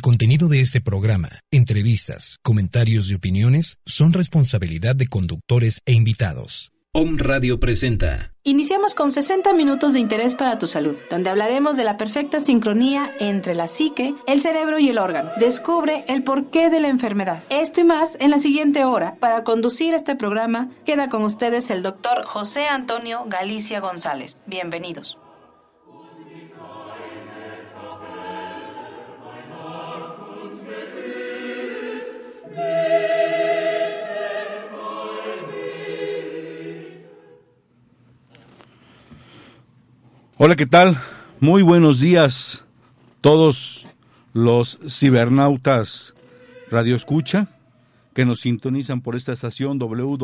El contenido de este programa, entrevistas, comentarios y opiniones son responsabilidad de conductores e invitados. Om Radio presenta. Iniciamos con 60 minutos de interés para tu salud, donde hablaremos de la perfecta sincronía entre la psique, el cerebro y el órgano. Descubre el porqué de la enfermedad. Esto y más en la siguiente hora. Para conducir este programa, queda con ustedes el doctor José Antonio Galicia González. Bienvenidos. Hola, ¿qué tal? Muy buenos días todos los cibernautas Radio Escucha que nos sintonizan por esta estación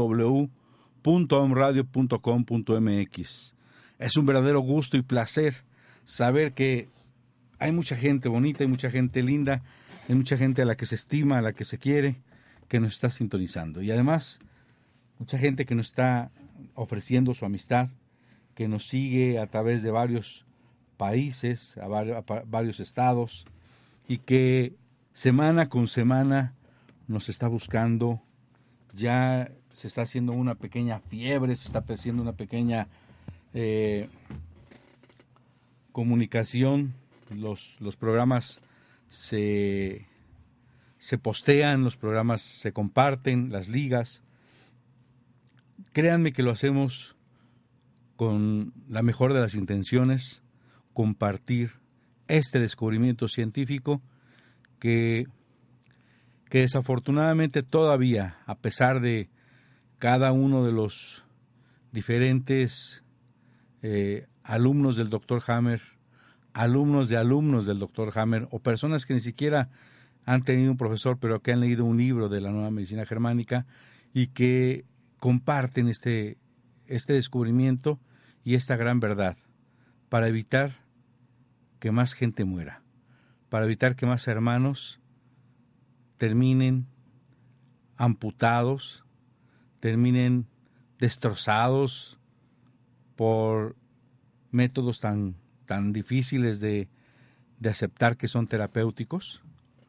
www.omradio.com.mx. Es un verdadero gusto y placer saber que hay mucha gente bonita, hay mucha gente linda, hay mucha gente a la que se estima, a la que se quiere, que nos está sintonizando. Y además, mucha gente que nos está ofreciendo su amistad, que nos sigue a través de varios países, a varios estados, y que semana con semana nos está buscando. Ya se está haciendo una pequeña fiebre, se está haciendo una pequeña comunicación. Los programas se postean, los programas se comparten, las ligas. Créanme que lo hacemos con la mejor de las intenciones, compartir este descubrimiento científico que desafortunadamente todavía, a pesar de cada uno de los diferentes alumnos del Dr. Hammer, alumnos del Dr. Hammer, o personas que ni siquiera han tenido un profesor, pero que han leído un libro de la nueva medicina germánica y que comparten este descubrimiento y esta gran verdad, para evitar que más gente muera, para evitar que más hermanos terminen amputados, terminen destrozados por métodos tan difíciles de aceptar que son terapéuticos,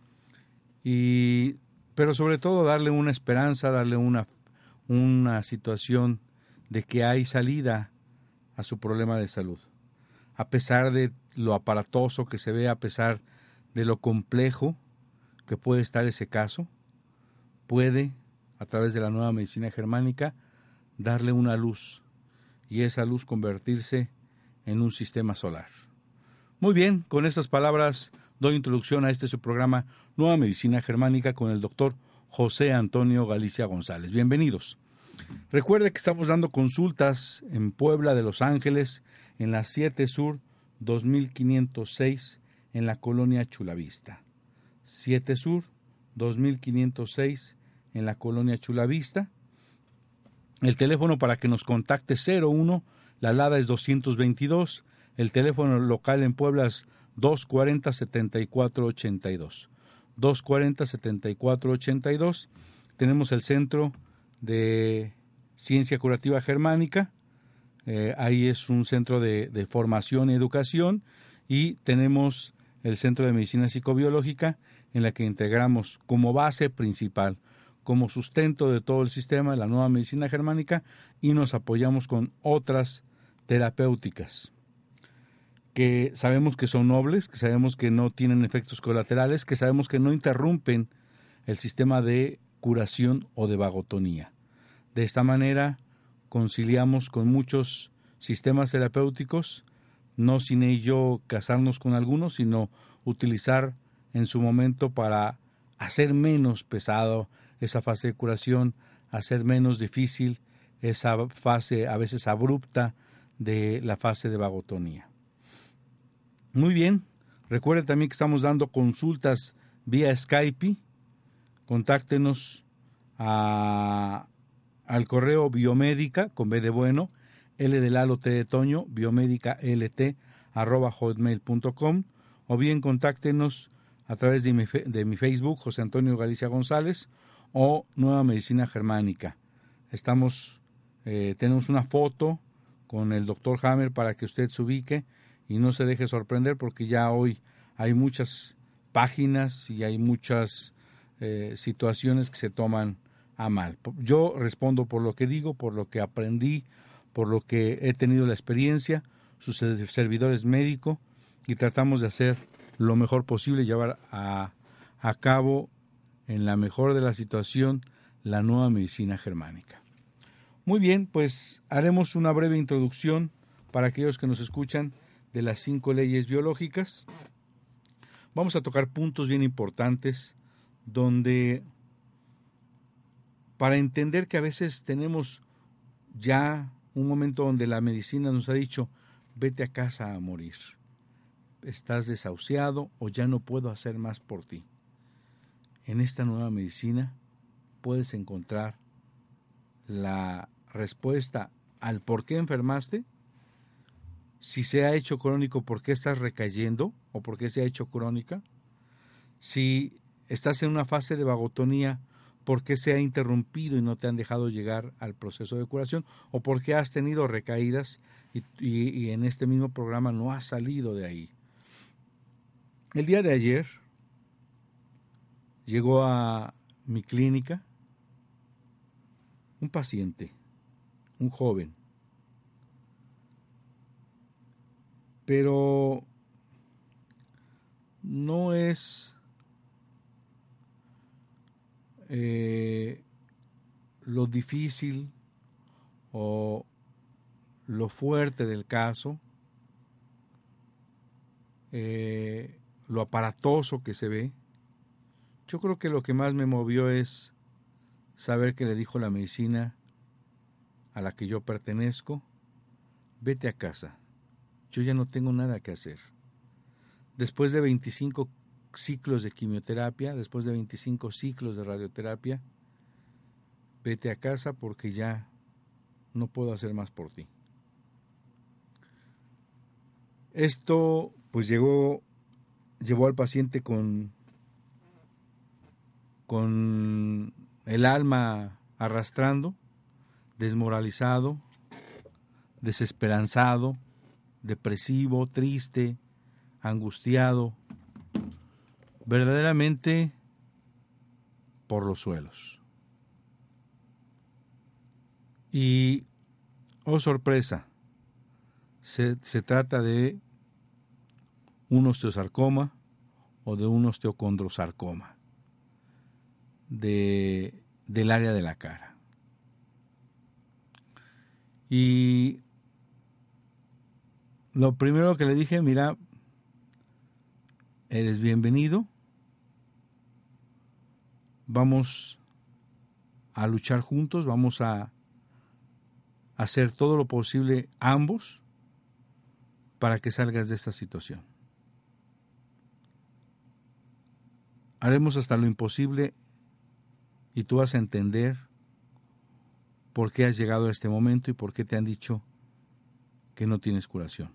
pero sobre todo darle una esperanza, darle una situación de que hay salida a su problema de salud. A pesar de lo aparatoso que se ve, a pesar de lo complejo que puede estar ese caso, puede, a través de la nueva medicina germánica, darle una luz y esa luz convertirse en un sistema solar. Muy bien, con estas palabras doy introducción a su programa Nueva Medicina Germánica con el doctor José Antonio Galicia González. Bienvenidos. Recuerde que estamos dando consultas en Puebla de Los Ángeles, en la 7 Sur 2506, en la colonia Chulavista. 7 Sur 2506, en la colonia Chulavista. El teléfono para que nos contacte 01, la alada es 222, el teléfono local en Puebla es 240-7482. 240-7482. Tenemos el centro de Ciencia Curativa Germánica, ahí es un centro de formación y educación, y tenemos el Centro de Medicina Psicobiológica, en la que integramos como base principal, como sustento de todo el sistema, la nueva medicina germánica, y nos apoyamos con otras terapéuticas que sabemos que son nobles, que sabemos que no tienen efectos colaterales, que sabemos que no interrumpen el sistema de curación o de vagotonía. De esta manera conciliamos con muchos sistemas terapéuticos, no sin ello casarnos con algunos, sino utilizar en su momento para hacer menos pesado esa fase de curación, hacer menos difícil esa fase a veces abrupta de la fase de vagotonía. Muy bien, recuerde también que estamos dando consultas vía Skype. Contáctenos al correo biomédica, con B de bueno, L de Lalo, T de Toño, biomédica.lt@hotmail.com, o bien contáctenos a través de mi Facebook, José Antonio Galicia González, o Nueva Medicina Germánica. Tenemos una foto con el Dr. Hammer para que usted se ubique y no se deje sorprender, porque ya hoy hay muchas páginas y hay muchas situaciones que se toman a mal. Yo respondo por lo que digo, por lo que aprendí, por lo que he tenido la experiencia. Su servidor es médico y tratamos de hacer lo mejor posible, llevar a cabo en la mejor de la situación la nueva medicina germánica. Muy bien, pues haremos una breve introducción para aquellos que nos escuchan de las 5 leyes biológicas. Vamos a tocar puntos bien importantes donde, para entender que a veces tenemos ya un momento donde la medicina nos ha dicho, vete a casa a morir, estás desahuciado o ya no puedo hacer más por ti. En esta nueva medicina puedes encontrar la respuesta al por qué enfermaste, si se ha hecho crónico, por qué estás recayendo o por qué se ha hecho crónica, si estás en una fase de vagotonía, por qué se ha interrumpido y no te han dejado llegar al proceso de curación, o por qué has tenido recaídas y en este mismo programa no has salido de ahí. El día de ayer llegó a mi clínica un paciente, un joven, pero no es lo difícil o lo fuerte del caso, lo aparatoso que se ve. Yo creo que lo que más me movió es saber que le dijo la medicina a la que yo pertenezco, vete a casa, yo ya no tengo nada que hacer. Después de 25 ciclos de quimioterapia, después de 25 ciclos de radioterapia, vete a casa porque ya no puedo hacer más por ti. Esto pues llevó al paciente con el alma arrastrando, desmoralizado, desesperanzado, depresivo, triste, angustiado, verdaderamente por los suelos. Y, oh sorpresa, se trata de un osteosarcoma o de un osteocondrosarcoma del área de la cara. Y lo primero que le dije, mira, eres bienvenido, vamos a luchar juntos, vamos a hacer todo lo posible ambos para que salgas de esta situación. Haremos hasta lo imposible y tú vas a entender por qué has llegado a este momento y por qué te han dicho que no tienes curación.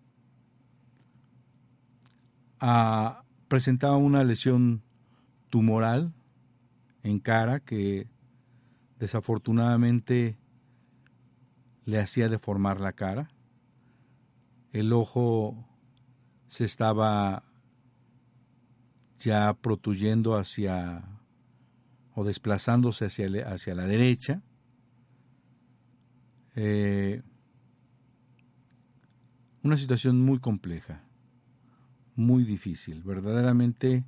Presentaba una lesión tumoral en cara que desafortunadamente le hacía deformar la cara. El ojo se estaba ya protuyendo hacia o desplazándose hacia la derecha. Una situación muy compleja, muy difícil, verdaderamente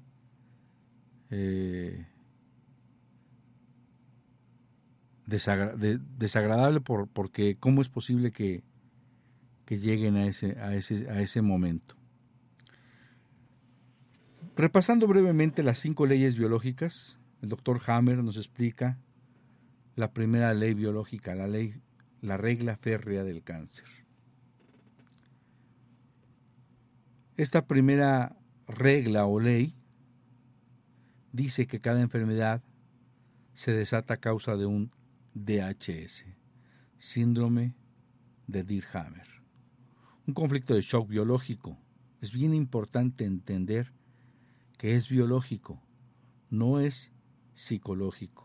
desagradable porque cómo es posible que lleguen a ese momento. Repasando brevemente las 5 leyes biológicas, el doctor Hammer nos explica la primera ley biológica, la regla férrea del cáncer. Esta primera regla o ley dice que cada enfermedad se desata a causa de un DHS, síndrome de Dirkhammer, un conflicto de shock biológico. Es bien importante entender que es biológico, no es psicológico.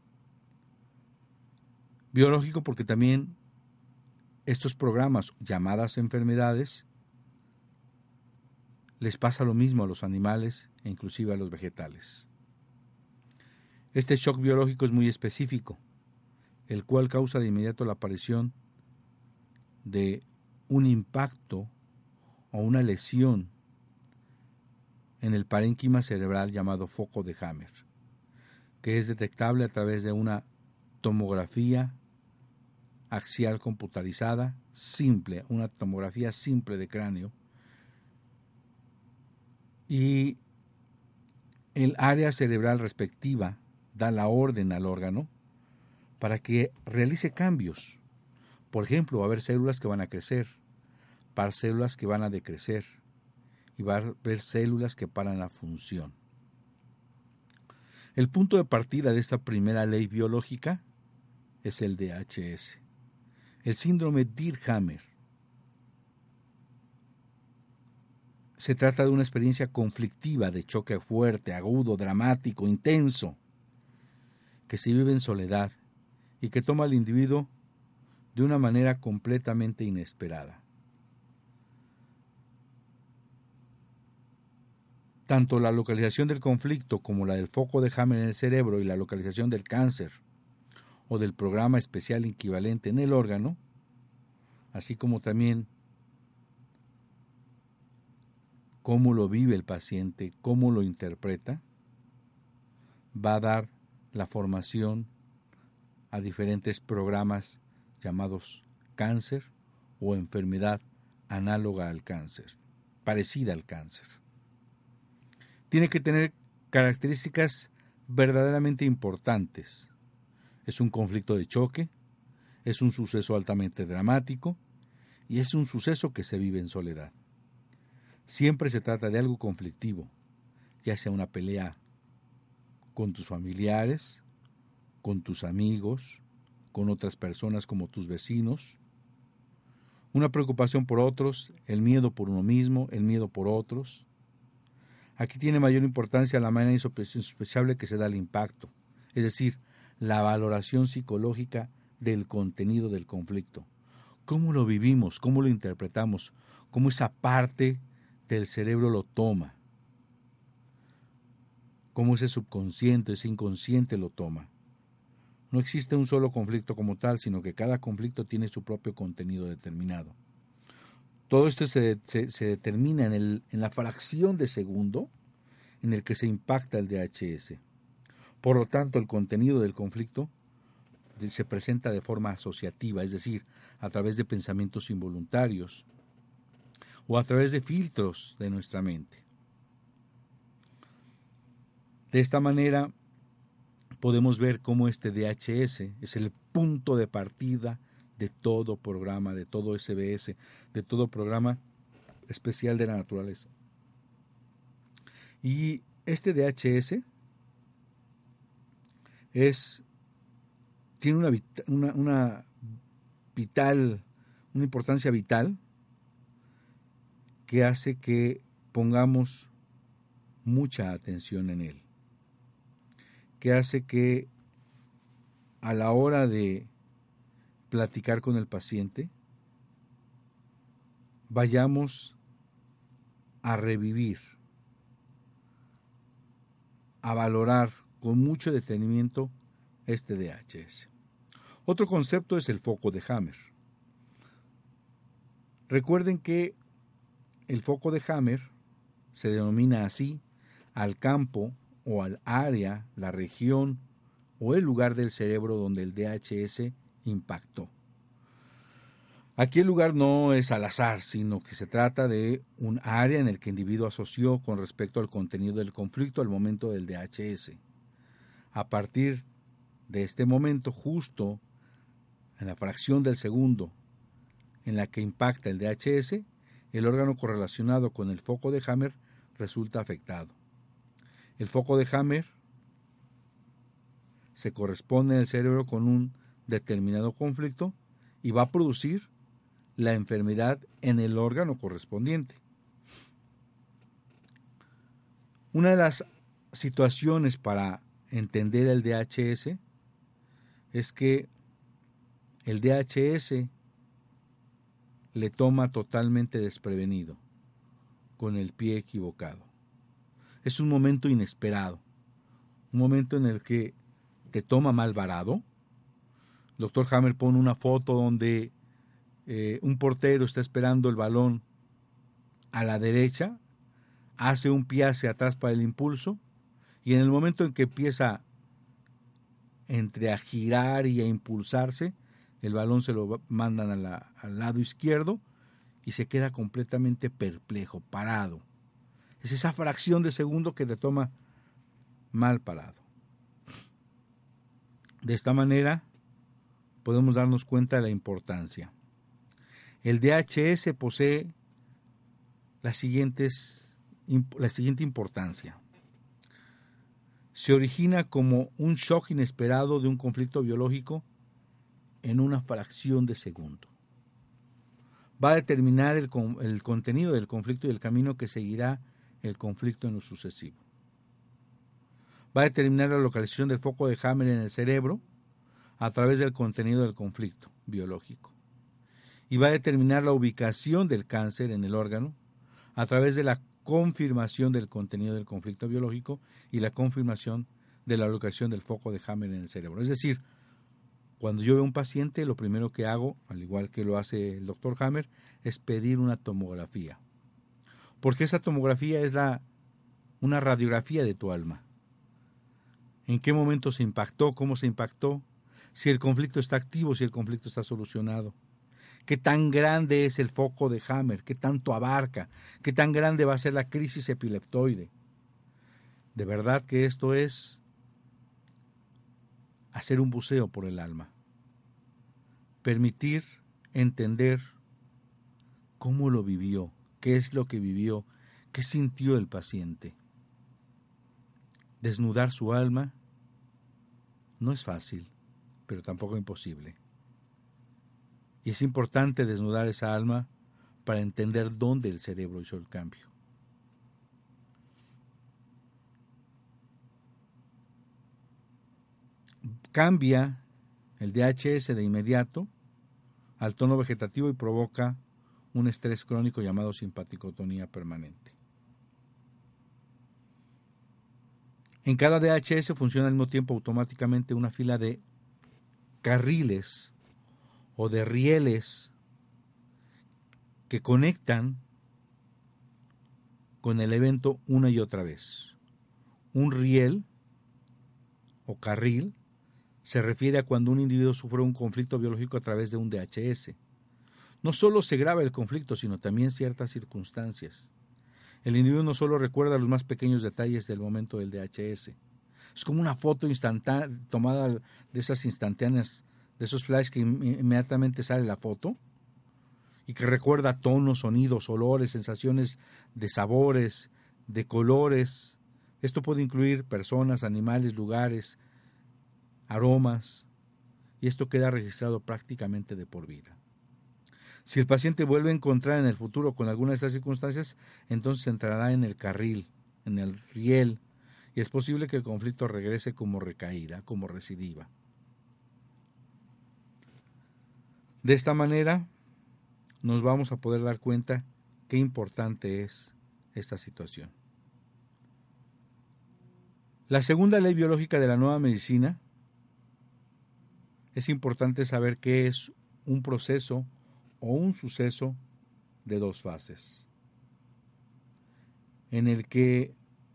Biológico porque también estos programas llamadas enfermedades les pasa lo mismo a los animales e inclusive a los vegetales. Este shock biológico es muy específico, el cual causa de inmediato la aparición de un impacto o una lesión en el parénquima cerebral llamado foco de Hammer, que es detectable a través de una tomografía axial computarizada simple, una tomografía simple de cráneo, y el área cerebral respectiva da la orden al órgano para que realice cambios. Por ejemplo, va a haber células que van a crecer, va a haber células que van a decrecer y va a haber células que paran la función. El punto de partida de esta primera ley biológica es el DHS, el síndrome Dirkhammer. Se trata de una experiencia conflictiva, de choque fuerte, agudo, dramático, intenso, que se vive en soledad y que toma al individuo de una manera completamente inesperada. Tanto la localización del conflicto como la del foco de Hammer en el cerebro y la localización del cáncer o del programa especial equivalente en el órgano, así como también cómo lo vive el paciente, cómo lo interpreta, va a dar la formación a diferentes programas llamados cáncer o enfermedad análoga al cáncer, parecida al cáncer. Tiene que tener características verdaderamente importantes. Es un conflicto de choque, es un suceso altamente dramático y es un suceso que se vive en soledad. Siempre se trata de algo conflictivo, ya sea una pelea con tus familiares, con tus amigos, con otras personas como tus vecinos, una preocupación por otros, el miedo por uno mismo, el miedo por otros. Aquí tiene mayor importancia la manera insospechable que se da el impacto, es decir, la valoración psicológica del contenido del conflicto. ¿Cómo lo vivimos? ¿Cómo lo interpretamos? ¿Cómo esa parte del cerebro lo toma? ¿Cómo ese subconsciente, ese inconsciente lo toma? No existe un solo conflicto como tal, sino que cada conflicto tiene su propio contenido determinado. Todo esto se determina en la fracción de segundo en el que se impacta el DHS. Por lo tanto, el contenido del conflicto se presenta de forma asociativa, es decir, a través de pensamientos involuntarios o a través de filtros de nuestra mente. De esta manera, podemos ver cómo este DHS es el punto de partida de todo programa, de todo SBS, de todo programa especial de la naturaleza. Y este DHS tiene una importancia vital que hace que pongamos mucha atención en él, que hace que a la hora de platicar con el paciente vayamos a revivir, a valorar con mucho detenimiento este DHS. Otro concepto es el foco de Hammer. Recuerden que el foco de Hammer se denomina así al campo o al área, la región o el lugar del cerebro donde el DHS impactó. Aquí el lugar no es al azar, sino que se trata de un área en el que el individuo asoció con respecto al contenido del conflicto al momento del DHS. A partir de este momento, justo en la fracción del segundo en la que impacta el DHS, el órgano correlacionado con el foco de Hammer resulta afectado. El foco de Hammer se corresponde en el cerebro con un determinado conflicto y va a producir la enfermedad en el órgano correspondiente. Una de las situaciones para entender el DHS es que el DHS le toma totalmente desprevenido, con el pie equivocado. Es un momento inesperado, un momento en el que te toma mal varado. El doctor Hammer pone una foto donde un portero está esperando el balón a la derecha, hace un pie hacia atrás para el impulso, y en el momento en que empieza entre a girar y a impulsarse, el balón se lo mandan al lado izquierdo y se queda completamente perplejo, parado. Es esa fracción de segundo que te toma mal parado. De esta manera podemos darnos cuenta de la importancia. El DHS posee la siguiente importancia. Se origina como un shock inesperado de un conflicto biológico en una fracción de segundo. Va a determinar el contenido del conflicto y el camino que seguirá el conflicto en lo sucesivo. Va a determinar la localización del foco de Hammer en el cerebro a través del contenido del conflicto biológico. Y va a determinar la ubicación del cáncer en el órgano a través de la confirmación del contenido del conflicto biológico y la confirmación de la localización del foco de Hammer en el cerebro. Es decir, cuando yo veo a un paciente, lo primero que hago, al igual que lo hace el doctor Hammer, es pedir una tomografía. Porque esa tomografía es una radiografía de tu alma. ¿En qué momento se impactó? ¿Cómo se impactó? Si el conflicto está activo, si el conflicto está solucionado. ¿Qué tan grande es el foco de Hammer? ¿Qué tanto abarca? ¿Qué tan grande va a ser la crisis epileptoide? De verdad que esto es hacer un buceo por el alma. Permitir entender cómo lo vivió, qué es lo que vivió, qué sintió el paciente. Desnudar su alma no es fácil, pero tampoco imposible. Y es importante desnudar esa alma para entender dónde el cerebro hizo el cambio. Cambia el DHS de inmediato al tono vegetativo y provoca un estrés crónico llamado simpaticotonía permanente. En cada DHS funciona al mismo tiempo automáticamente una fila de carriles o de rieles que conectan con el evento una y otra vez. Un riel o carril se refiere a cuando un individuo sufre un conflicto biológico a través de un DHS. No solo se graba el conflicto, sino también ciertas circunstancias. El individuo no solo recuerda los más pequeños detalles del momento del DHS. Es como una foto instantánea, tomada de esas instantáneas, de esos flashes que inmediatamente sale la foto y que recuerda tonos, sonidos, olores, sensaciones de sabores, de colores. Esto puede incluir personas, animales, lugares, aromas, y esto queda registrado prácticamente de por vida. Si el paciente vuelve a encontrar en el futuro con alguna de estas circunstancias, entonces entrará en el carril, en el riel, y es posible que el conflicto regrese como recaída, como recidiva. De esta manera nos vamos a poder dar cuenta qué importante es esta situación. La segunda ley biológica de la nueva medicina, es importante saber que es un proceso o un suceso de dos fases, en el que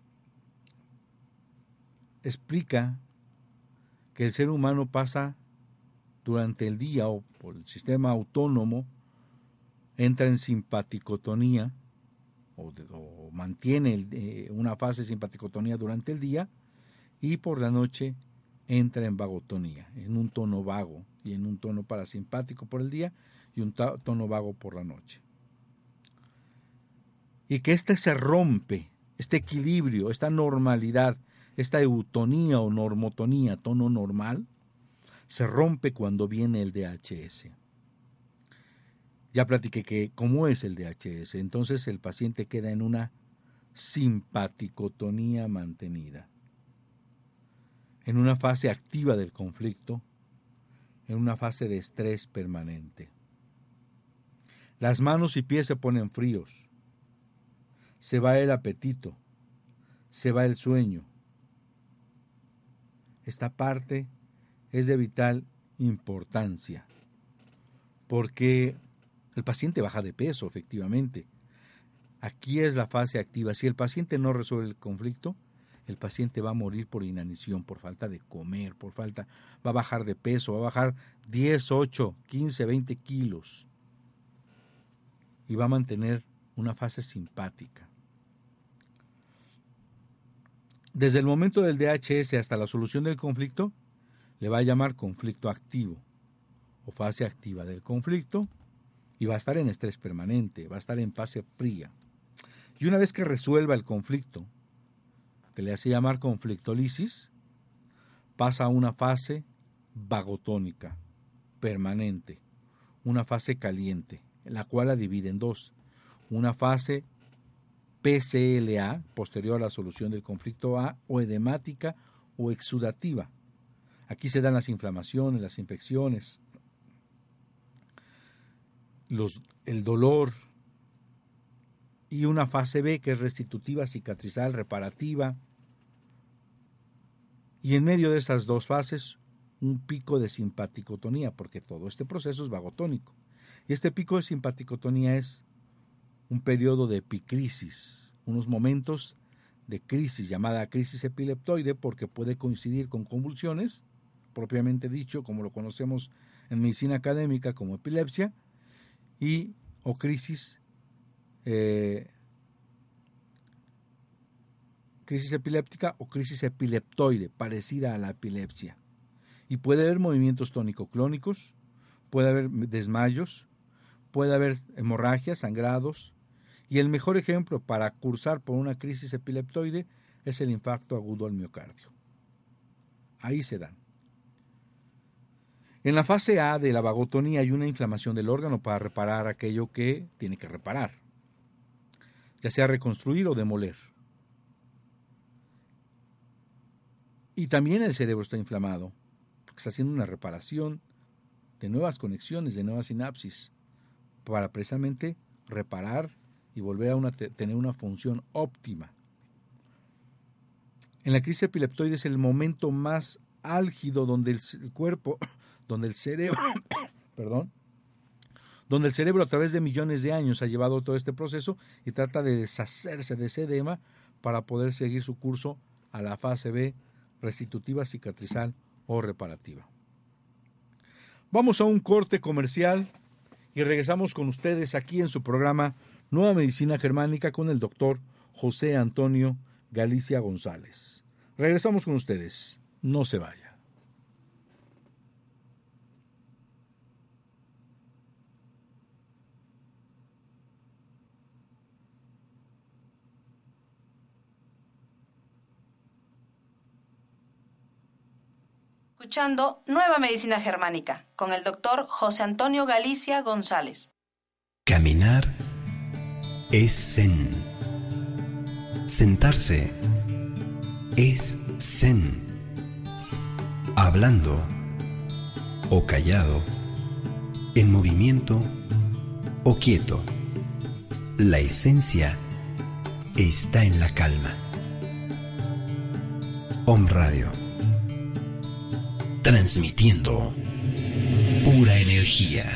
explica que el ser humano pasa durante el día o por el sistema autónomo, entra en simpaticotonía o mantiene una fase de simpaticotonía durante el día y por la noche entra en vagotonía, en un tono vago y en un tono parasimpático por el día y un tono vago por la noche. Y que se rompe, este equilibrio, esta normalidad, esta eutonía o normotonía, tono normal, se rompe cuando viene el DHS. Ya platiqué que cómo es el DHS, entonces el paciente queda en una simpaticotonía mantenida, en una fase activa del conflicto, en una fase de estrés permanente. Las manos y pies se ponen fríos, se va el apetito, se va el sueño. Esta parte es de vital importancia, porque el paciente baja de peso, efectivamente. Aquí es la fase activa. Si el paciente no resuelve el conflicto, el paciente va a morir por inanición, por falta de comer, va a bajar de peso, va a bajar 10, 8, 15, 20 kilos y va a mantener una fase simpática. Desde el momento del DHS hasta la solución del conflicto, le va a llamar conflicto activo o fase activa del conflicto y va a estar en estrés permanente, va a estar en fase fría. Y una vez que resuelva el conflicto, que le hace llamar conflictolisis, pasa a una fase vagotónica, permanente, una fase caliente, la cual la divide en dos. Una fase PCLA, posterior a la solución del conflicto A, o edemática o exudativa. Aquí se dan las inflamaciones, las infecciones, el dolor, y una fase B que es restitutiva, cicatrizal, reparativa. Y en medio de estas dos fases, un pico de simpaticotonía, porque todo este proceso es vagotónico. Y este pico de simpaticotonía es un periodo de epicrisis, unos momentos de crisis, llamada crisis epileptoide, porque puede coincidir con convulsiones, propiamente dicho, como lo conocemos en medicina académica como epilepsia, o crisis epiléptica o crisis epileptoide, parecida a la epilepsia. Y puede haber movimientos tónico-clónicos, puede haber desmayos, puede haber hemorragias, sangrados, y el mejor ejemplo para cursar por una crisis epileptoide es el infarto agudo al miocardio. Ahí se dan. En la fase A de la vagotonía hay una inflamación del órgano para reparar aquello que tiene que reparar, ya sea reconstruir o demoler. Y también el cerebro está inflamado, porque está haciendo una reparación de nuevas conexiones, de nuevas sinapsis, para precisamente reparar y volver a tener una función óptima. En la crisis epileptoide es el momento más álgido donde el cuerpo, donde el cerebro, donde el cerebro a través de millones de años ha llevado todo este proceso y trata de deshacerse de ese edema para poder seguir su curso a la fase B, restitutiva, cicatrizal o reparativa. Vamos a un corte comercial y regresamos con ustedes aquí en su programa Nueva Medicina Germánica con el doctor José Antonio Galicia González. Regresamos con ustedes. No se vaya. Escuchando Nueva Medicina Germánica con el doctor José Antonio Galicia González. Caminar es zen. Sentarse es zen. Hablando o callado, en movimiento o quieto, la esencia está en la calma. Om Radio, transmitiendo pura energía.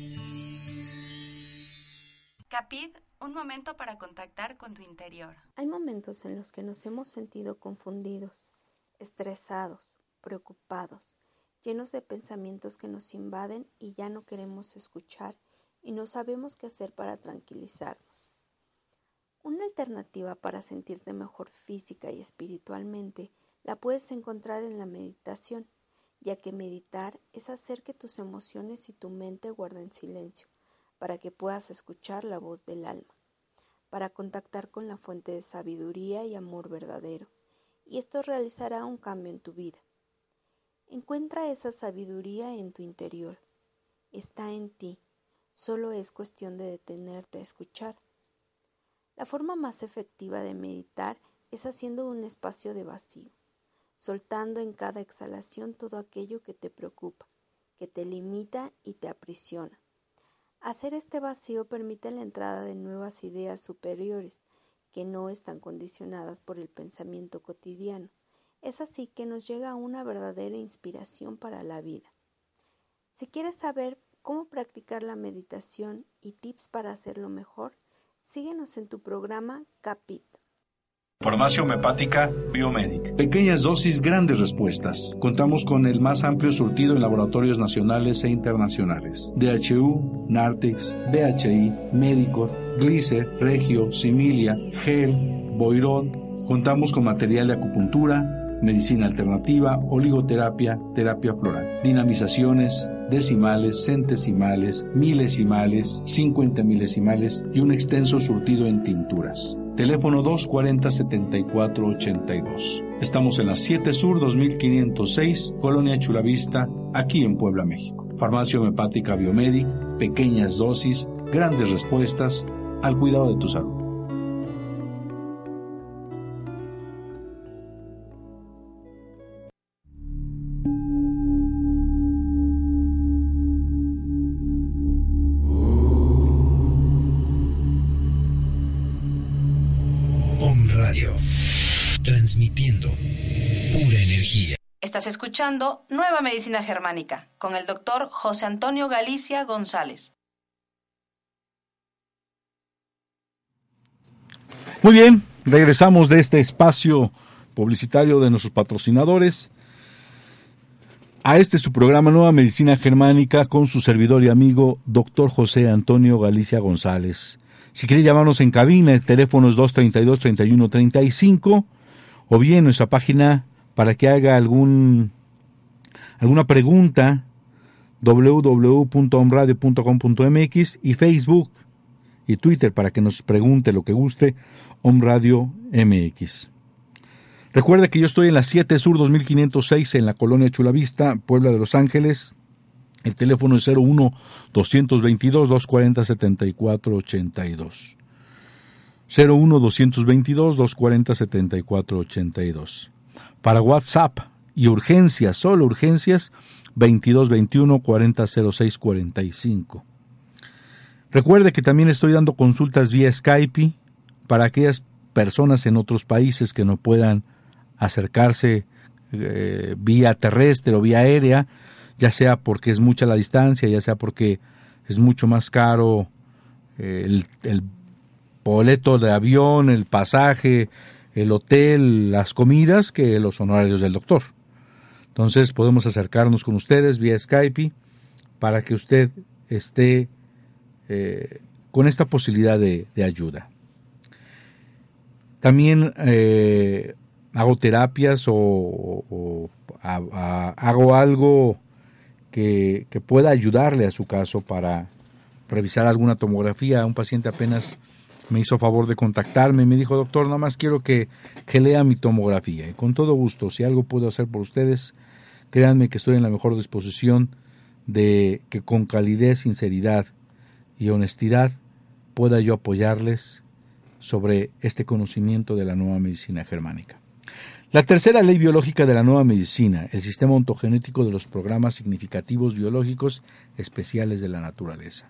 Capid, un momento para contactar con tu interior. Hay momentos en los que nos hemos sentido confundidos, estresados, preocupados, llenos de pensamientos que nos invaden y ya no queremos escuchar y no sabemos qué hacer para tranquilizarnos. Una alternativa para sentirte mejor física y espiritualmente la puedes encontrar en la meditación, ya que meditar es hacer que tus emociones y tu mente guarden silencio, para que puedas escuchar la voz del alma, para contactar con la fuente de sabiduría y amor verdadero, y esto realizará un cambio en tu vida. Encuentra esa sabiduría en tu interior, está en ti, solo es cuestión de detenerte a escuchar. La forma más efectiva de meditar es haciendo un espacio de vacío, soltando en cada exhalación todo aquello que te preocupa, que te limita y te aprisiona. Hacer este vacío permite la entrada de nuevas ideas superiores que no están condicionadas por el pensamiento cotidiano. Es así que nos llega una verdadera inspiración para la vida. Si quieres saber cómo practicar la meditación y tips para hacerlo mejor, síguenos en tu programa Capit. Farmacia Homeopática Biomedic. Pequeñas dosis, grandes respuestas. Contamos con el más amplio surtido en laboratorios nacionales e internacionales. DHU, Nartex, BHI, Medicor, Glicer, Regio, Similia, Gel, Boirón. Contamos con material de acupuntura, medicina alternativa, oligoterapia, terapia floral, dinamizaciones, decimales, centesimales, milesimales, 50 milesimales y un extenso surtido en tinturas. Teléfono 240-7482. Estamos en la 7 Sur 2506, Colonia Chulavista, aquí en Puebla, México. Farmacia Homeopática Biomedic, pequeñas dosis, grandes respuestas al cuidado de tu salud. Transmitiendo pura energía. Estás escuchando Nueva Medicina Germánica con el doctor José Antonio Galicia González. Muy bien, regresamos de este espacio publicitario de nuestros patrocinadores a su programa Nueva Medicina Germánica con su servidor y amigo doctor José Antonio Galicia González. Si quiere llamarnos en cabina, el teléfono es 232-3135 o bien nuestra página para que haga alguna pregunta, www.omradio.com.mx, y Facebook y Twitter para que nos pregunte lo que guste, Omradio MX. Recuerde que yo estoy en la 7 Sur 2506 en la Colonia Chulavista, Puebla de Los Ángeles. El teléfono es 01-222-240-7482. 01-222-240-7482. Para WhatsApp y urgencias, solo urgencias, 2221-400645. Recuerde que también estoy dando consultas vía Skype para aquellas personas en otros países que no puedan acercarse vía terrestre o vía aérea, ya sea porque es mucha la distancia, ya sea porque es mucho más caro el boleto de avión, el pasaje, el hotel, las comidas, que los honorarios del doctor. Entonces podemos acercarnos con ustedes vía Skype para que usted esté con esta posibilidad de ayuda. También hago terapias o hago algo que pueda ayudarle a su caso para revisar alguna tomografía. Un paciente apenas me hizo favor de contactarme y me dijo: doctor, nada más quiero que lea mi tomografía. Y con todo gusto, si algo puedo hacer por ustedes, créanme que estoy en la mejor disposición de que con calidez, sinceridad y honestidad pueda yo apoyarles sobre este conocimiento de la nueva medicina germánica. La tercera ley biológica de la nueva medicina, el sistema ontogenético de los programas significativos biológicos especiales de la naturaleza.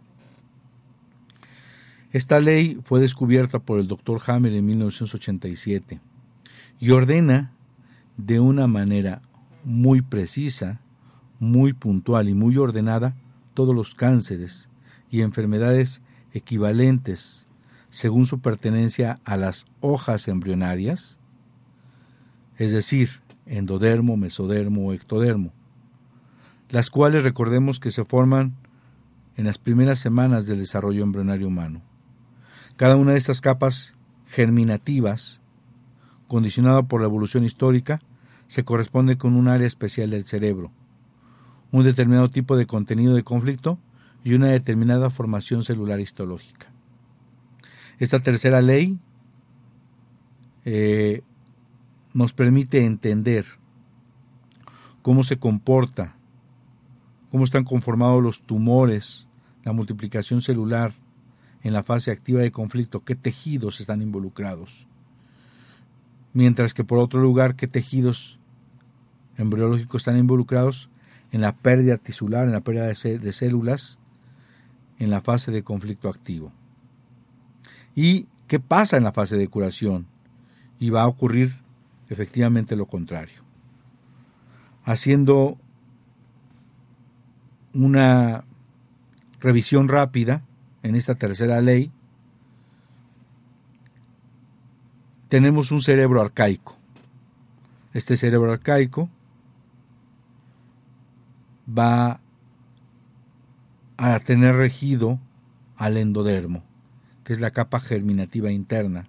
Esta ley fue descubierta por el Dr. Hammer en 1987 y ordena de una manera muy precisa, muy puntual y muy ordenada todos los cánceres y enfermedades equivalentes según su pertenencia a las hojas embrionarias, es decir, endodermo, mesodermo o ectodermo, las cuales recordemos que se forman en las primeras semanas del desarrollo embrionario humano. Cada una de estas capas germinativas, condicionada por la evolución histórica, se corresponde con un área especial del cerebro, un determinado tipo de contenido de conflicto y una determinada formación celular histológica. Esta tercera ley nos permite entender cómo se comporta, cómo están conformados los tumores, la multiplicación celular en la fase activa de conflicto, qué tejidos están involucrados, mientras que por otro lugar, qué tejidos embriológicos están involucrados en la pérdida tisular, en la pérdida de células, en la fase de conflicto activo. Y ¿Qué pasa en la fase de curación? Y va a ocurrir efectivamente lo contrario. Haciendo una revisión rápida en esta tercera ley, tenemos un cerebro arcaico. Este cerebro arcaico va a tener regido al endodermo, que es la capa germinativa interna.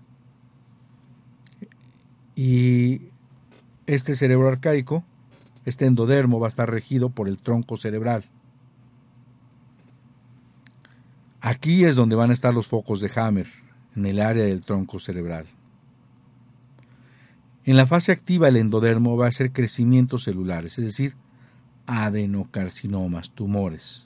Y este cerebro arcaico, este endodermo, va a estar regido por el tronco cerebral. Aquí es donde van a estar los focos de Hammer, en el área del tronco cerebral. En la fase activa el endodermo va a hacer crecimientos celulares, es decir, adenocarcinomas, tumores.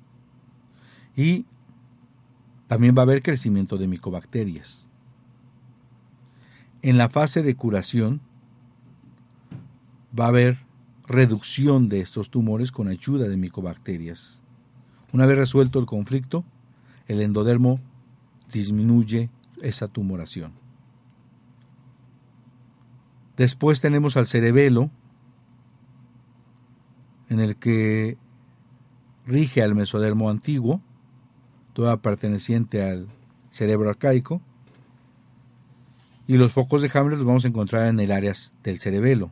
Y también va a haber crecimiento de micobacterias. En la fase de curación va a haber reducción de estos tumores con ayuda de micobacterias. Una vez resuelto el conflicto, el endodermo disminuye esa tumoración. Después tenemos al cerebelo, en el que rige al mesodermo antiguo, toda perteneciente al cerebro arcaico, y los focos de Hammer los vamos a encontrar en el área del cerebelo.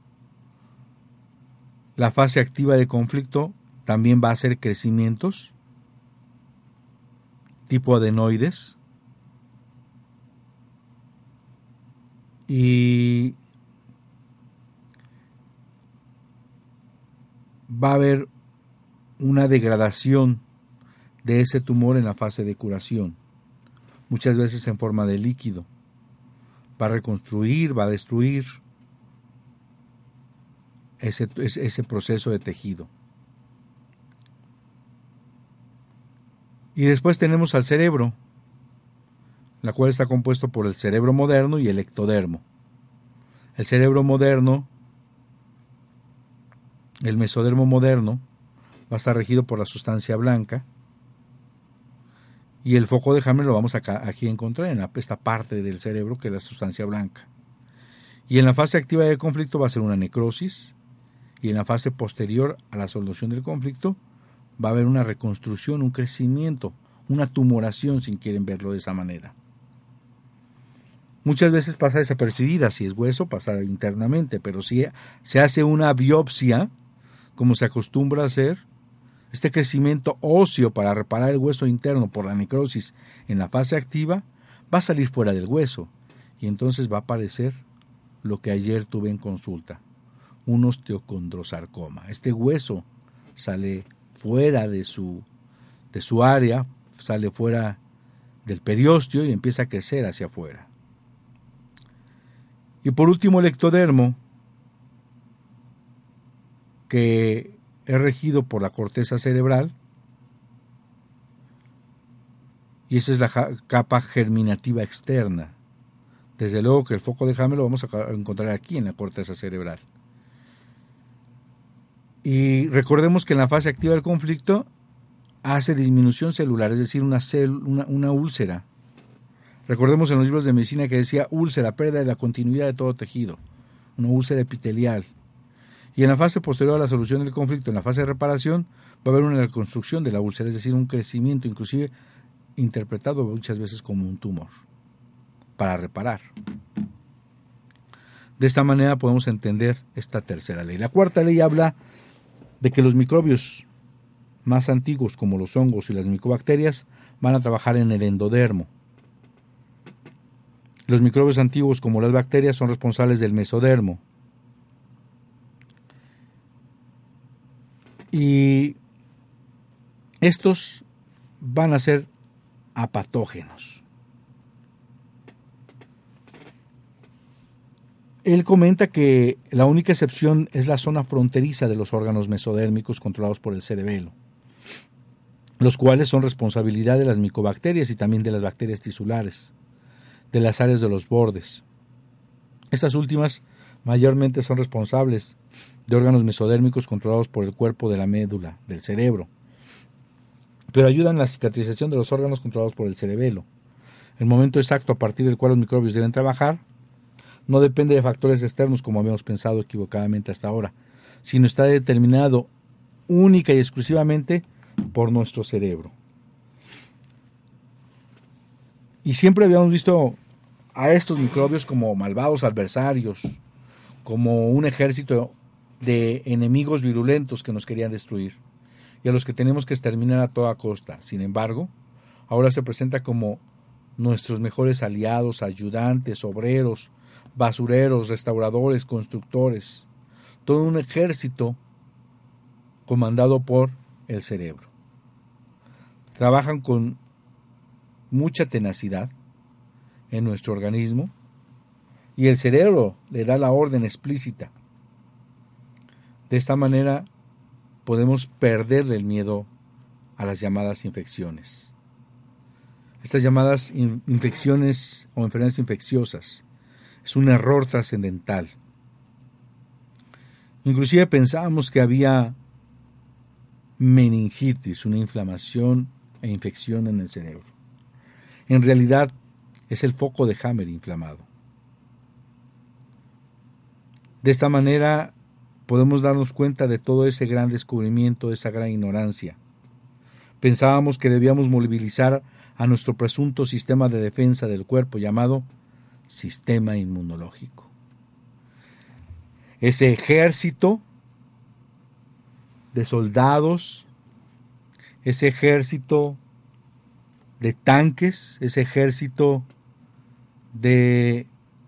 La fase activa de conflicto también va a hacer crecimientos tipo adenoides, y va a haber una degradación de ese tumor en la fase de curación, muchas veces en forma de líquido. Va a reconstruir, va a destruir ese proceso de tejido. Y después tenemos al cerebro, la cual está compuesto por el cerebro moderno y el ectodermo. El cerebro moderno, el mesodermo moderno, va a estar regido por la sustancia blanca, y el foco de Hammer lo vamos aquí a encontrar en esta parte del cerebro que es la sustancia blanca. Y en la fase activa de conflicto va a ser una necrosis, y en la fase posterior a la solución del conflicto va a haber una reconstrucción, un crecimiento, una tumoración, si quieren verlo de esa manera. Muchas veces pasa desapercibida, si es hueso pasa internamente, pero si se hace una biopsia, como se acostumbra a hacer, este crecimiento óseo para reparar el hueso interno por la necrosis en la fase activa va a salir fuera del hueso, y entonces va a aparecer lo que ayer tuve en consulta, un osteocondrosarcoma. Este hueso sale fuera de su área, sale fuera del periósteo y empieza a crecer hacia afuera. Y por último el ectodermo, que es regido por la corteza cerebral, y esa es la capa germinativa externa. Desde luego que el foco de Hammer lo vamos a encontrar aquí en la corteza cerebral. Y recordemos que en la fase activa del conflicto hace disminución celular, es decir, una úlcera. Recordemos en los libros de medicina que decía úlcera, pérdida de la continuidad de todo tejido, una úlcera epitelial. Y en la fase posterior a la solución del conflicto, en la fase de reparación, va a haber una reconstrucción de la úlcera, es decir, un crecimiento, inclusive interpretado muchas veces como un tumor, para reparar. De esta manera podemos entender esta tercera ley. La cuarta ley habla de que los microbios más antiguos, como los hongos y las micobacterias, van a trabajar en el endodermo. Los microbios antiguos, como las bacterias, son responsables del mesodermo. Y estos van a ser apatógenos. Él comenta que la única excepción es la zona fronteriza de los órganos mesodérmicos controlados por el cerebelo, los cuales son responsabilidad de las micobacterias y también de las bacterias tisulares, de las áreas de los bordes. Estas últimas mayormente son responsables de órganos mesodérmicos controlados por el cuerpo de la médula, del cerebro, pero ayudan a la cicatrización de los órganos controlados por el cerebelo. El momento exacto a partir del cual los microbios deben trabajar no depende de factores externos como habíamos pensado equivocadamente hasta ahora, sino está determinado única y exclusivamente por nuestro cerebro. Y siempre habíamos visto a estos microbios como malvados adversarios, como un ejército de enemigos virulentos que nos querían destruir y a los que tenemos que exterminar a toda costa. Sin embargo, ahora se presenta como nuestros mejores aliados, ayudantes, obreros, basureros, restauradores, constructores, todo un ejército comandado por el cerebro. Trabajan con mucha tenacidad en nuestro organismo y el cerebro le da la orden explícita. De esta manera podemos perderle el miedo a las llamadas infecciones. Estas llamadas infecciones o enfermedades infecciosas es un error trascendental. Inclusive pensábamos que había meningitis, una inflamación e infección en el cerebro. En realidad es el foco de Hammer inflamado. De esta manera podemos darnos cuenta de todo ese gran descubrimiento, de esa gran ignorancia. Pensábamos que debíamos movilizar a nuestro presunto sistema de defensa del cuerpo llamado sistema inmunológico. Ese ejército de soldados, ese ejército de tanques, ese ejército de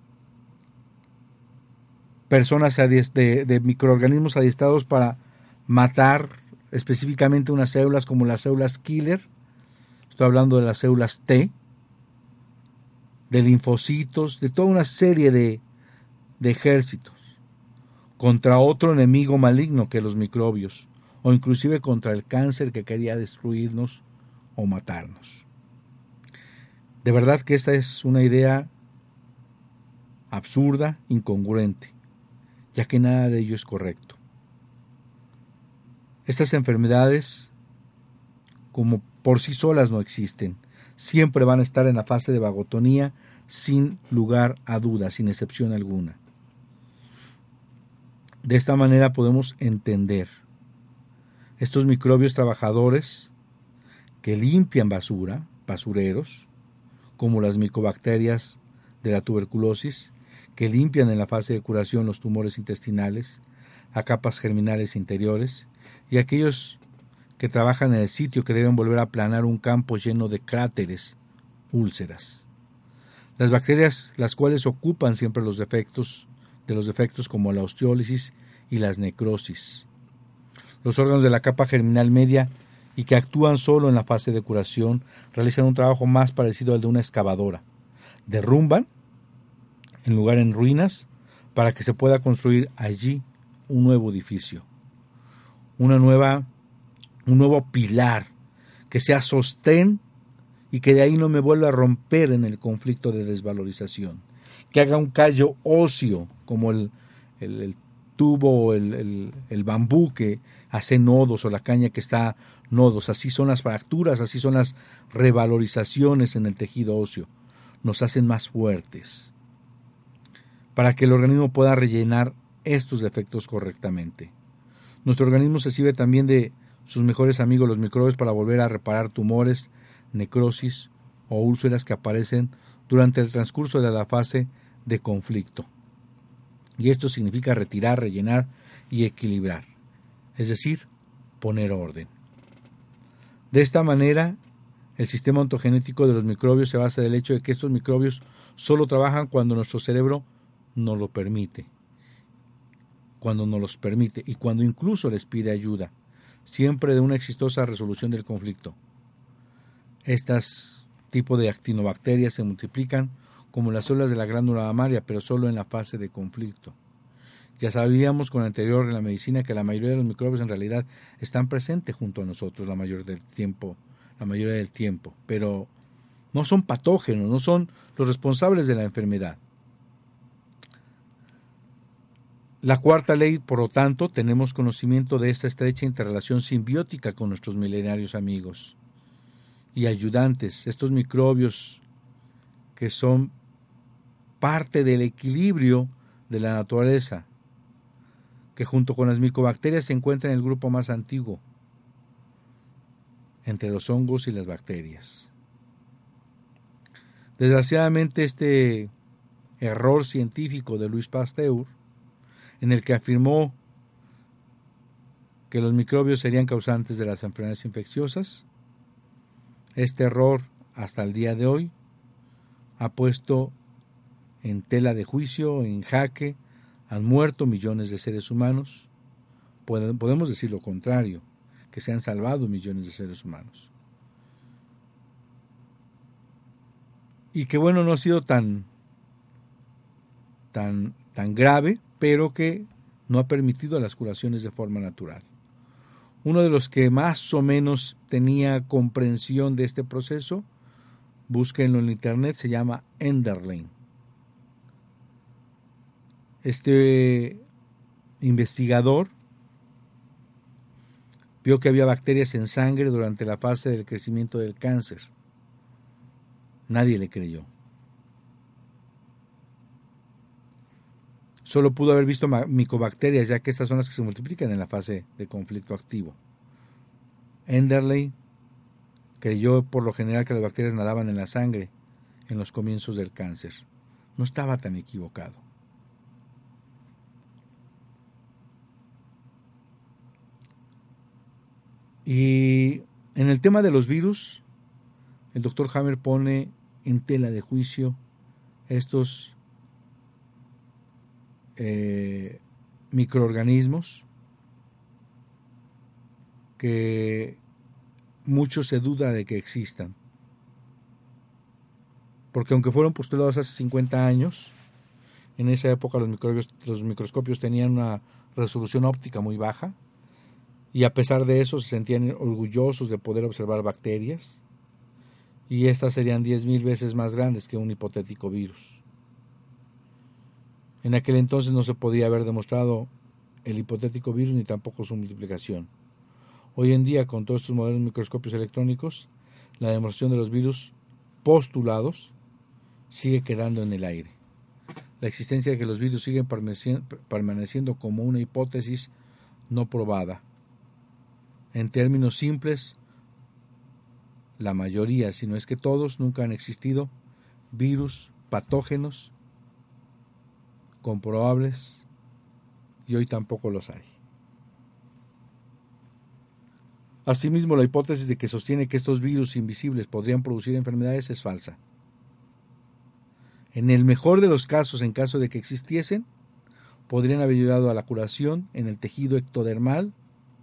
personas, de microorganismos adiestrados para matar específicamente unas células como las células killer. Estoy hablando de las células T, de linfocitos, de toda una serie de ejércitos contra otro enemigo maligno que los microbios, o inclusive contra el cáncer que quería destruirnos o matarnos. De verdad que esta es una idea absurda, incongruente, ya que nada de ello es correcto. Estas enfermedades, como por sí solas no existen, siempre van a estar en la fase de vagotonía sin lugar a dudas, sin excepción alguna. De esta manera podemos entender estos microbios trabajadores que limpian basureros, como las micobacterias de la tuberculosis, que limpian en la fase de curación los tumores intestinales, a capas germinales interiores, y aquellos que trabajan en el sitio que deben volver a aplanar un campo lleno de cráteres, úlceras. Las bacterias, las cuales ocupan siempre los defectos como la osteólisis y las necrosis. Los órganos de la capa germinal media y que actúan solo en la fase de curación realizan un trabajo más parecido al de una excavadora. Derrumban en lugar en ruinas para que se pueda construir allí un nuevo edificio, un nuevo pilar que sea sostén y que de ahí no me vuelva a romper en el conflicto de desvalorización, que haga un callo óseo como el tubo o el bambú que hace nodos, o la caña que está nodos. Así son las fracturas, así son las revalorizaciones en el tejido óseo. Nos hacen más fuertes para que el organismo pueda rellenar estos defectos correctamente. Nuestro organismo se sirve también de sus mejores amigos los microbios para volver a reparar tumores, necrosis o úlceras que aparecen durante el transcurso de la fase de conflicto. Y esto significa retirar, rellenar y equilibrar, es decir, poner orden. De esta manera, el sistema ontogenético de los microbios se basa en el hecho de que estos microbios solo trabajan cuando nuestro cerebro nos lo permite, y cuando incluso les pide ayuda, siempre de una exitosa resolución del conflicto. Estas tipos de actinobacterias se multiplican como las células de la glándula mamaria, pero solo en la fase de conflicto. Ya sabíamos con el anterior en la medicina que la mayoría de los microbios en realidad están presentes junto a nosotros la mayoría del tiempo, pero no son patógenos, no son los responsables de la enfermedad. La cuarta ley, por lo tanto, tenemos conocimiento de esta estrecha interrelación simbiótica con nuestros milenarios amigos y ayudantes, estos microbios que son parte del equilibrio de la naturaleza, que junto con las micobacterias se encuentran en el grupo más antiguo entre los hongos y las bacterias. Desgraciadamente, este error científico de Louis Pasteur, en el que afirmó que los microbios serían causantes de las enfermedades infecciosas, este error hasta el día de hoy ha puesto en tela de juicio, en jaque, han muerto millones de seres humanos. Podemos decir lo contrario, que se han salvado millones de seres humanos. Y que bueno, no ha sido tan grave, pero que no ha permitido las curaciones de forma natural. Uno de los que más o menos tenía comprensión de este proceso, búsquenlo en internet, se llama Enderlein. Este investigador vio que había bacterias en sangre durante la fase del crecimiento del cáncer. Nadie le creyó. Solo pudo haber visto micobacterias, ya que estas son las que se multiplican en la fase de conflicto activo. Enderlein creyó por lo general que las bacterias nadaban en la sangre en los comienzos del cáncer. No estaba tan equivocado. Y en el tema de los virus, el doctor Hammer pone en tela de juicio estos microorganismos que mucho se duda de que existan. Porque aunque fueron postulados hace 50 años, en esa época los microscopios tenían una resolución óptica muy baja, y a pesar de eso se sentían orgullosos de poder observar bacterias, y estas serían 10,000 veces más grandes que un hipotético virus. En aquel entonces no se podía haber demostrado el hipotético virus ni tampoco su multiplicación. Hoy en día, con todos estos modernos microscopios electrónicos, la demostración de los virus postulados sigue quedando en el aire. La existencia de que los virus siguen permaneciendo como una hipótesis no probada. En términos simples, la mayoría, si no es que todos, nunca han existido virus patógenos comprobables, y hoy tampoco los hay. Asimismo, la hipótesis de que sostiene que estos virus invisibles podrían producir enfermedades es falsa. En el mejor de los casos, en caso de que existiesen, podrían haber ayudado a la curación en el tejido ectodermal,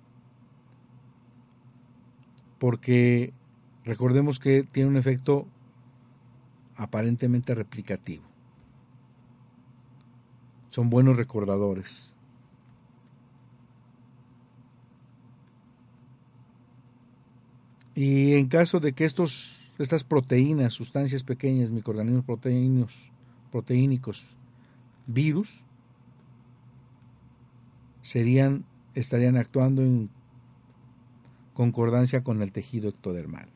porque recordemos que tiene un efecto aparentemente replicativo. Son buenos recordadores. Y en caso de que estas proteínas, sustancias pequeñas, microorganismos proteínicos, virus, estarían actuando en concordancia con el tejido ectodermal.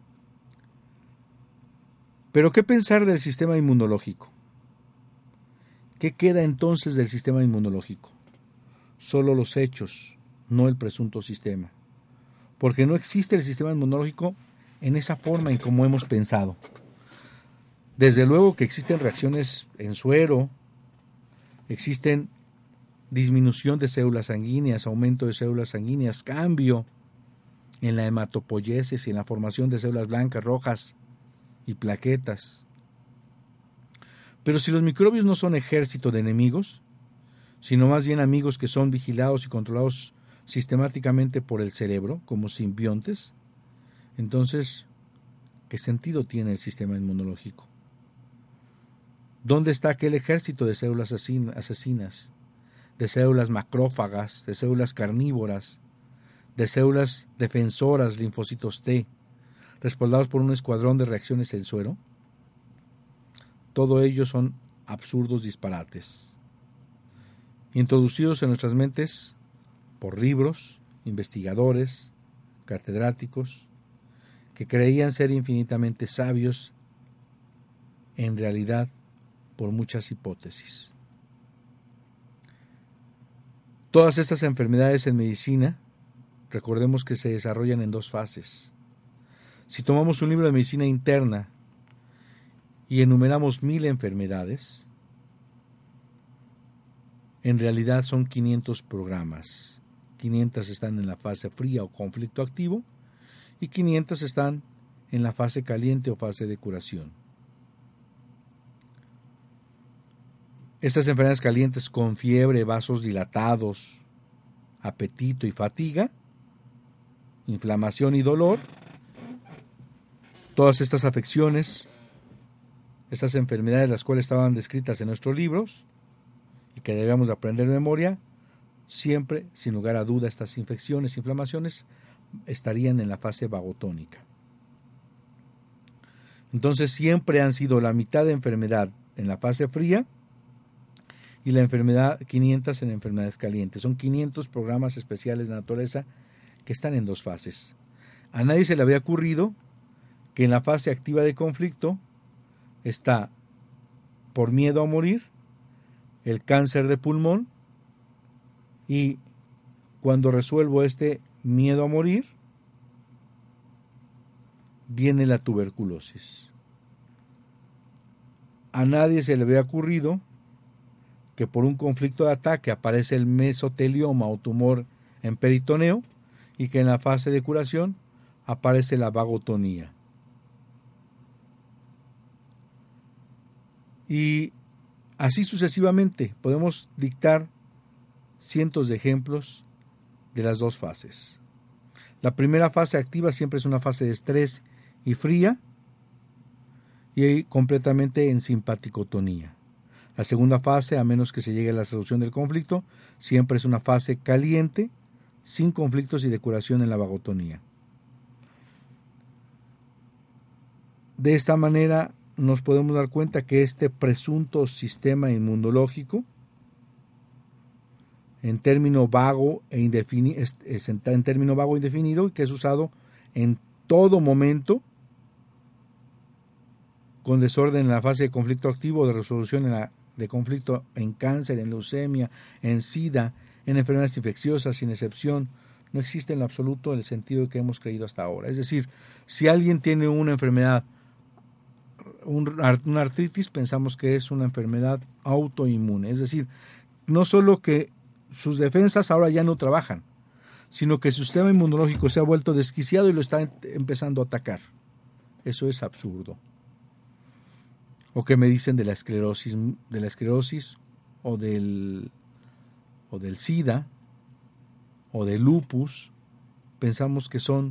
Pero ¿qué pensar del sistema inmunológico? ¿Qué queda entonces del sistema inmunológico? Solo los hechos, no el presunto sistema. Porque no existe el sistema inmunológico en esa forma en como hemos pensado. Desde luego que existen reacciones en suero, existen disminución de células sanguíneas, aumento de células sanguíneas, cambio en la hematopoiesis y en la formación de células blancas, rojas y plaquetas. Pero si los microbios no son ejército de enemigos, sino más bien amigos que son vigilados y controlados sistemáticamente por el cerebro, como simbiontes, entonces, ¿qué sentido tiene el sistema inmunológico? ¿Dónde está aquel ejército de células asesinas, de células macrófagas, de células carnívoras, de células defensoras, linfocitos T, respaldados por un escuadrón de reacciones en suero? Todo ello son absurdos disparates, introducidos en nuestras mentes por libros, investigadores, catedráticos, que creían ser infinitamente sabios en realidad por muchas hipótesis. Todas estas enfermedades en medicina, recordemos que se desarrollan en dos fases. Si tomamos un libro de medicina interna y enumeramos 1000 enfermedades, en realidad son 500 programas. 500 están en la fase fría o conflicto activo y 500 están en la fase caliente o fase de curación. Estas enfermedades calientes con fiebre, vasos dilatados, apetito y fatiga, inflamación y dolor, todas estas afecciones, estas enfermedades las cuales estaban descritas en nuestros libros y que debíamos de aprender de memoria, siempre, sin lugar a duda, estas infecciones, inflamaciones, estarían en la fase vagotónica. Entonces siempre han sido la mitad de enfermedad en la fase fría y la enfermedad 500 en enfermedades calientes. Son 500 programas especiales de naturaleza que están en dos fases. A nadie se le había ocurrido que en la fase activa de conflicto está, por miedo a morir, el cáncer de pulmón, y cuando resuelvo este miedo a morir, viene la tuberculosis. A nadie se le había ocurrido que por un conflicto de ataque aparece el mesotelioma o tumor en peritoneo y que en la fase de curación aparece la vagotonía. Y así sucesivamente podemos dictar cientos de ejemplos de las dos fases. La primera fase activa siempre es una fase de estrés y fría y completamente en simpaticotonía. La segunda fase, a menos que se llegue a la solución del conflicto, siempre es una fase caliente, sin conflictos y de curación en la vagotonía. De esta manera nos podemos dar cuenta que este presunto sistema inmunológico, en término vago e indefinido, y que es usado en todo momento, con desorden en la fase de conflicto activo, de resolución de conflicto en cáncer, en leucemia, en SIDA, en enfermedades infecciosas, sin excepción. No existe en lo absoluto el sentido que hemos creído hasta ahora. Es decir, si alguien tiene una enfermedad, una artritis, pensamos que es una enfermedad autoinmune. Es decir, no solo que sus defensas ahora ya no trabajan, sino que su sistema inmunológico se ha vuelto desquiciado y lo está empezando a atacar. Eso es absurdo. ¿O qué me dicen de la esclerosis o del SIDA o del lupus? Pensamos que son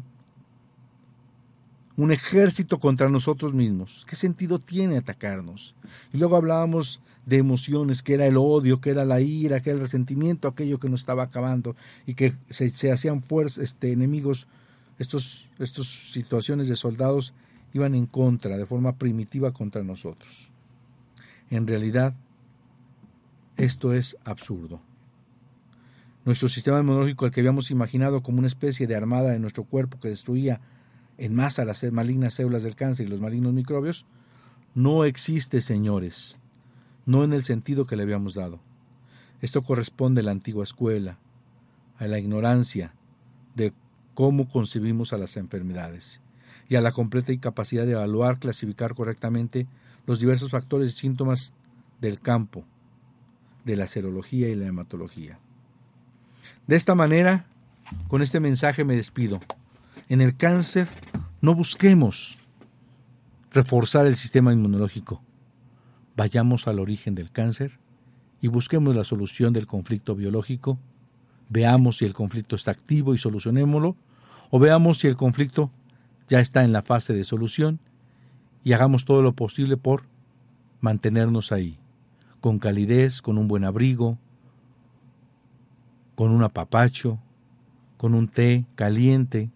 un ejército contra nosotros mismos. ¿Qué sentido tiene atacarnos? Y luego hablábamos de emociones, que era el odio, que era la ira, que era el resentimiento, aquello que nos estaba acabando y que se hacían enemigos. Estas situaciones de soldados iban en contra, de forma primitiva contra nosotros. En realidad, esto es absurdo. Nuestro sistema inmunológico, el que habíamos imaginado como una especie de armada de nuestro cuerpo que destruía en masa las malignas células del cáncer y los malignos microbios, no existe, señores, no en el sentido que le habíamos dado. Esto corresponde a la antigua escuela, a la ignorancia de cómo concebimos a las enfermedades y a la completa incapacidad de evaluar, clasificar correctamente los diversos factores y síntomas del campo de la serología y la hematología. De esta manera, con este mensaje me despido. En el cáncer no busquemos reforzar el sistema inmunológico. Vayamos al origen del cáncer y busquemos la solución del conflicto biológico. Veamos si el conflicto está activo y solucionémoslo, o veamos si el conflicto ya está en la fase de solución y hagamos todo lo posible por mantenernos ahí, con calidez, con un buen abrigo, con un apapacho, con un té caliente.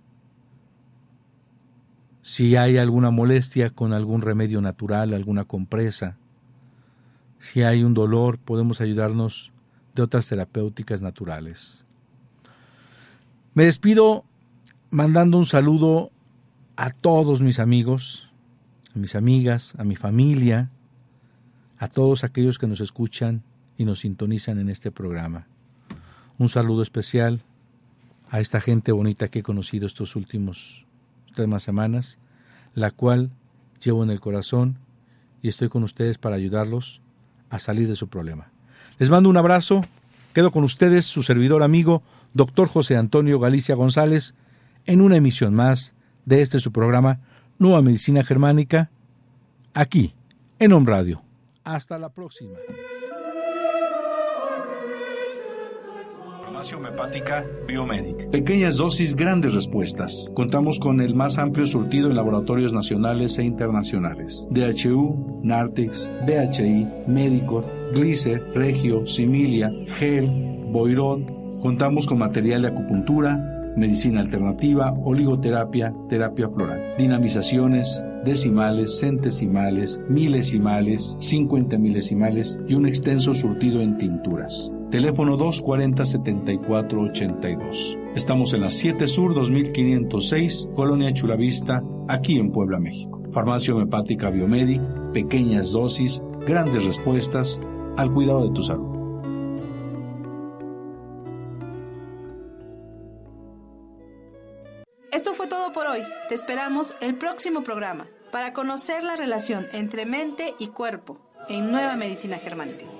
Si hay alguna molestia, con algún remedio natural, alguna compresa. Si hay un dolor, podemos ayudarnos de otras terapéuticas naturales. Me despido mandando un saludo a todos mis amigos, a mis amigas, a mi familia, a todos aquellos que nos escuchan y nos sintonizan en este programa. Un saludo especial a esta gente bonita que he conocido estos últimos 3 semanas, la cual llevo en el corazón y estoy con ustedes para ayudarlos a salir de su problema. Les mando un abrazo, quedo con ustedes, su servidor amigo, Dr. José Antonio Galicia González, en una emisión más de su programa Nueva Medicina Germánica, aquí en Home Radio. Hasta la próxima. Farmacia homeopática Biomedic. Pequeñas dosis, grandes respuestas. Contamos con el más amplio surtido en laboratorios nacionales e internacionales. DHU, Nartex, DHI, Medicor, Glicer, Regio, Similia, Gel, Boirón. Contamos con material de acupuntura, medicina alternativa, oligoterapia, terapia floral, dinamizaciones, decimales, centesimales, milesimales, 50 milesimales y un extenso surtido en tinturas. Teléfono 240-7482. Estamos en la 7 Sur 2506, Colonia Chulavista, aquí en Puebla, México. Farmacia homeopática Biomedic, pequeñas dosis, grandes respuestas al cuidado de tu salud. Esto fue todo por hoy. Te esperamos el próximo programa para conocer la relación entre mente y cuerpo en Nueva Medicina Germánica.